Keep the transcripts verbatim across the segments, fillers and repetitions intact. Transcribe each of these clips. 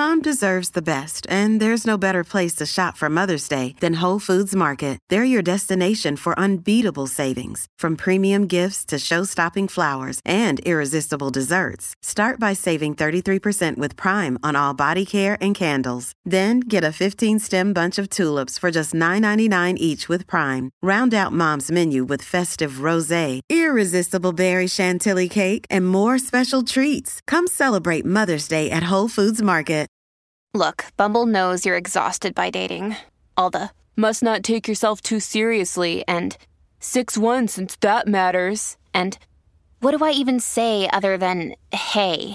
Mom deserves the best, and there's no better place to shop for Mother's Day than Whole Foods Market. They're your destination for unbeatable savings, from premium gifts to show-stopping flowers and irresistible desserts. Start by saving thirty-three percent with Prime on all body care and candles. Then get a fifteen-stem bunch of tulips for just nine ninety-nine each with Prime. Round out Mom's menu with festive rosé, irresistible berry chantilly cake, and more special treats. Come celebrate Mother's Day at Whole Foods Market. Look, Bumble knows you're exhausted by dating. All the must not take yourself too seriously and six one since that matters. And what do I even say other than hey?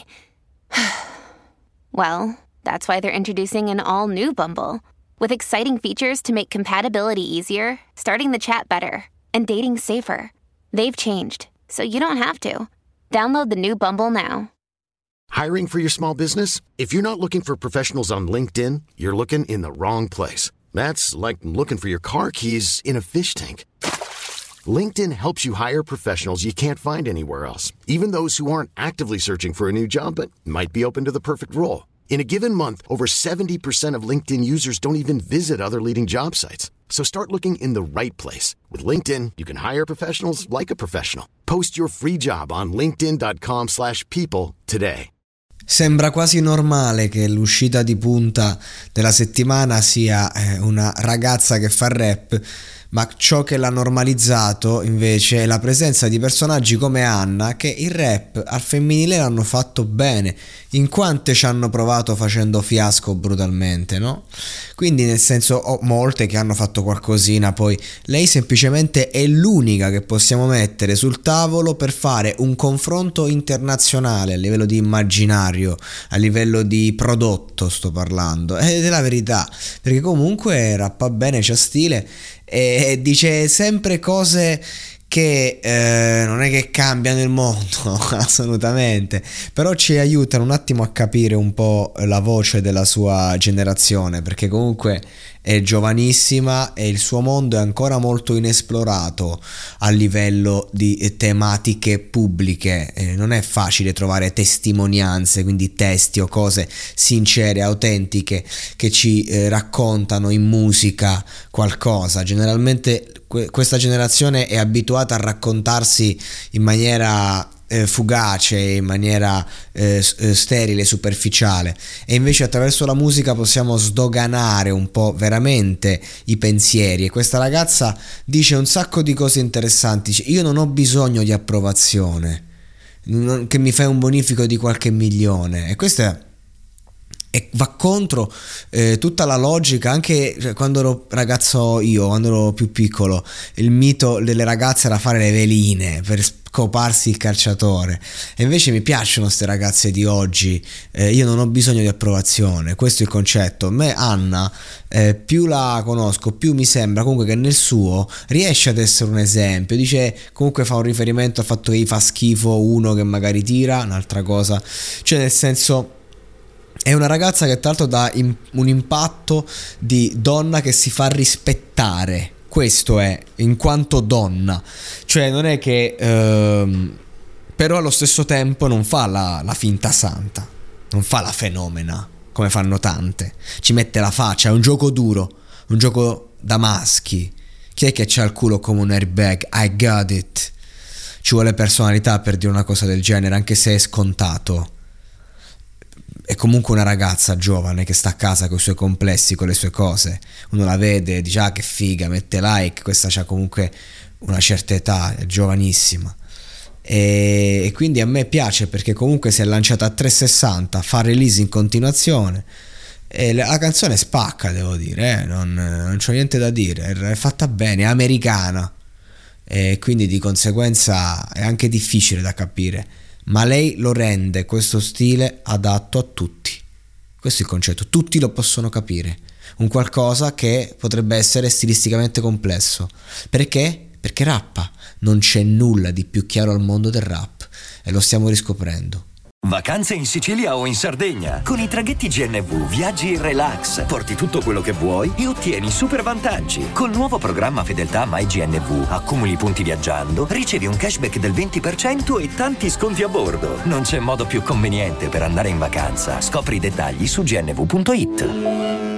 Well, that's why they're introducing an all-new Bumble with exciting features to make compatibility easier, starting the chat better, and dating safer. They've changed, so you don't have to. Download the new Bumble now. Hiring for your small business? If you're not looking for professionals on LinkedIn, you're looking in the wrong place. That's like looking for your car keys in a fish tank. LinkedIn helps you hire professionals you can't find anywhere else, even those who aren't actively searching for a new job but might be open to the perfect role. In a given month, over seventy percent of LinkedIn users don't even visit other leading job sites. So start looking in the right place. With LinkedIn, you can hire professionals like a professional. Post your free job on linkedin dot com slash people today. Sembra quasi normale che l'uscita di punta della settimana sia eh, una ragazza che fa rap, ma ciò che l'ha normalizzato invece è la presenza di personaggi come Anna, che il rap al femminile l'hanno fatto bene. In quante ci hanno provato facendo fiasco brutalmente, no? Quindi nel senso, ho molte che hanno fatto qualcosina, poi lei semplicemente è l'unica che possiamo mettere sul tavolo per fare un confronto internazionale a livello di immaginario, a livello di prodotto sto parlando, ed è la verità, perché comunque rappa bene, c'ha stile e dice sempre cose che eh, non è che cambiano il mondo assolutamente, però ci aiutano un attimo a capire un po' la voce della sua generazione, perché comunque è giovanissima e il suo mondo è ancora molto inesplorato a livello di tematiche pubbliche. Eh, non è facile trovare testimonianze, quindi testi o cose sincere, autentiche, che ci eh, raccontano in musica qualcosa. Generalmente que- questa generazione è abituata a raccontarsi in maniera Eh, fugace, in maniera eh, sterile, superficiale, e invece attraverso la musica possiamo sdoganare un po' veramente i pensieri. E questa ragazza dice un sacco di cose interessanti. Dice, io non ho bisogno di approvazione, non, che mi fai un bonifico di qualche milione, e questo è e va contro eh, tutta la logica. Anche cioè, quando ero ragazzo io, quando ero più piccolo, il mito delle ragazze era fare le veline per scoparsi il calciatore, e invece mi piacciono queste ragazze di oggi. Eh, io non ho bisogno di approvazione, questo è il concetto. A me Anna, eh, più la conosco, più mi sembra comunque che nel suo riesce ad essere un esempio. Dice, comunque fa un riferimento al fatto che gli fa schifo uno che magari tira, un'altra cosa, cioè nel senso è una ragazza che tra l'altro dà in, un impatto di donna che si fa rispettare. Questo è, in quanto donna, cioè non è che ehm, però allo stesso tempo non fa la, la finta santa, non fa la fenomena come fanno tante, ci mette la faccia. È un gioco duro, un gioco da maschi. Chi è che c'ha il culo come un airbag? I got it. Ci vuole personalità per dire una cosa del genere, anche se è scontato. È comunque una ragazza giovane che sta a casa con i suoi complessi, con le sue cose. Uno la vede, dice ah che figa, mette like. Questa c'ha comunque una certa età, è giovanissima, e, e quindi a me piace perché comunque si è lanciata a trecentosessanta, fa release in continuazione e la canzone spacca, devo dire, eh? non, non c'ho niente da dire, è fatta bene, è americana, e quindi di conseguenza è anche difficile da capire, ma lei lo rende questo stile adatto a tutti. Questo è il concetto, tutti lo possono capire, un qualcosa che potrebbe essere stilisticamente complesso. Perché? Perché rappa, non c'è nulla di più chiaro al mondo del rap e lo stiamo riscoprendo. Vacanze in Sicilia o in Sardegna. Con i traghetti G N V viaggi in relax, porti tutto quello che vuoi e ottieni super vantaggi. Col nuovo programma Fedeltà MyGNV accumuli punti viaggiando, ricevi un cashback del venti per cento e tanti sconti a bordo. Non c'è modo più conveniente per andare in vacanza. Scopri i dettagli su gnv punto it.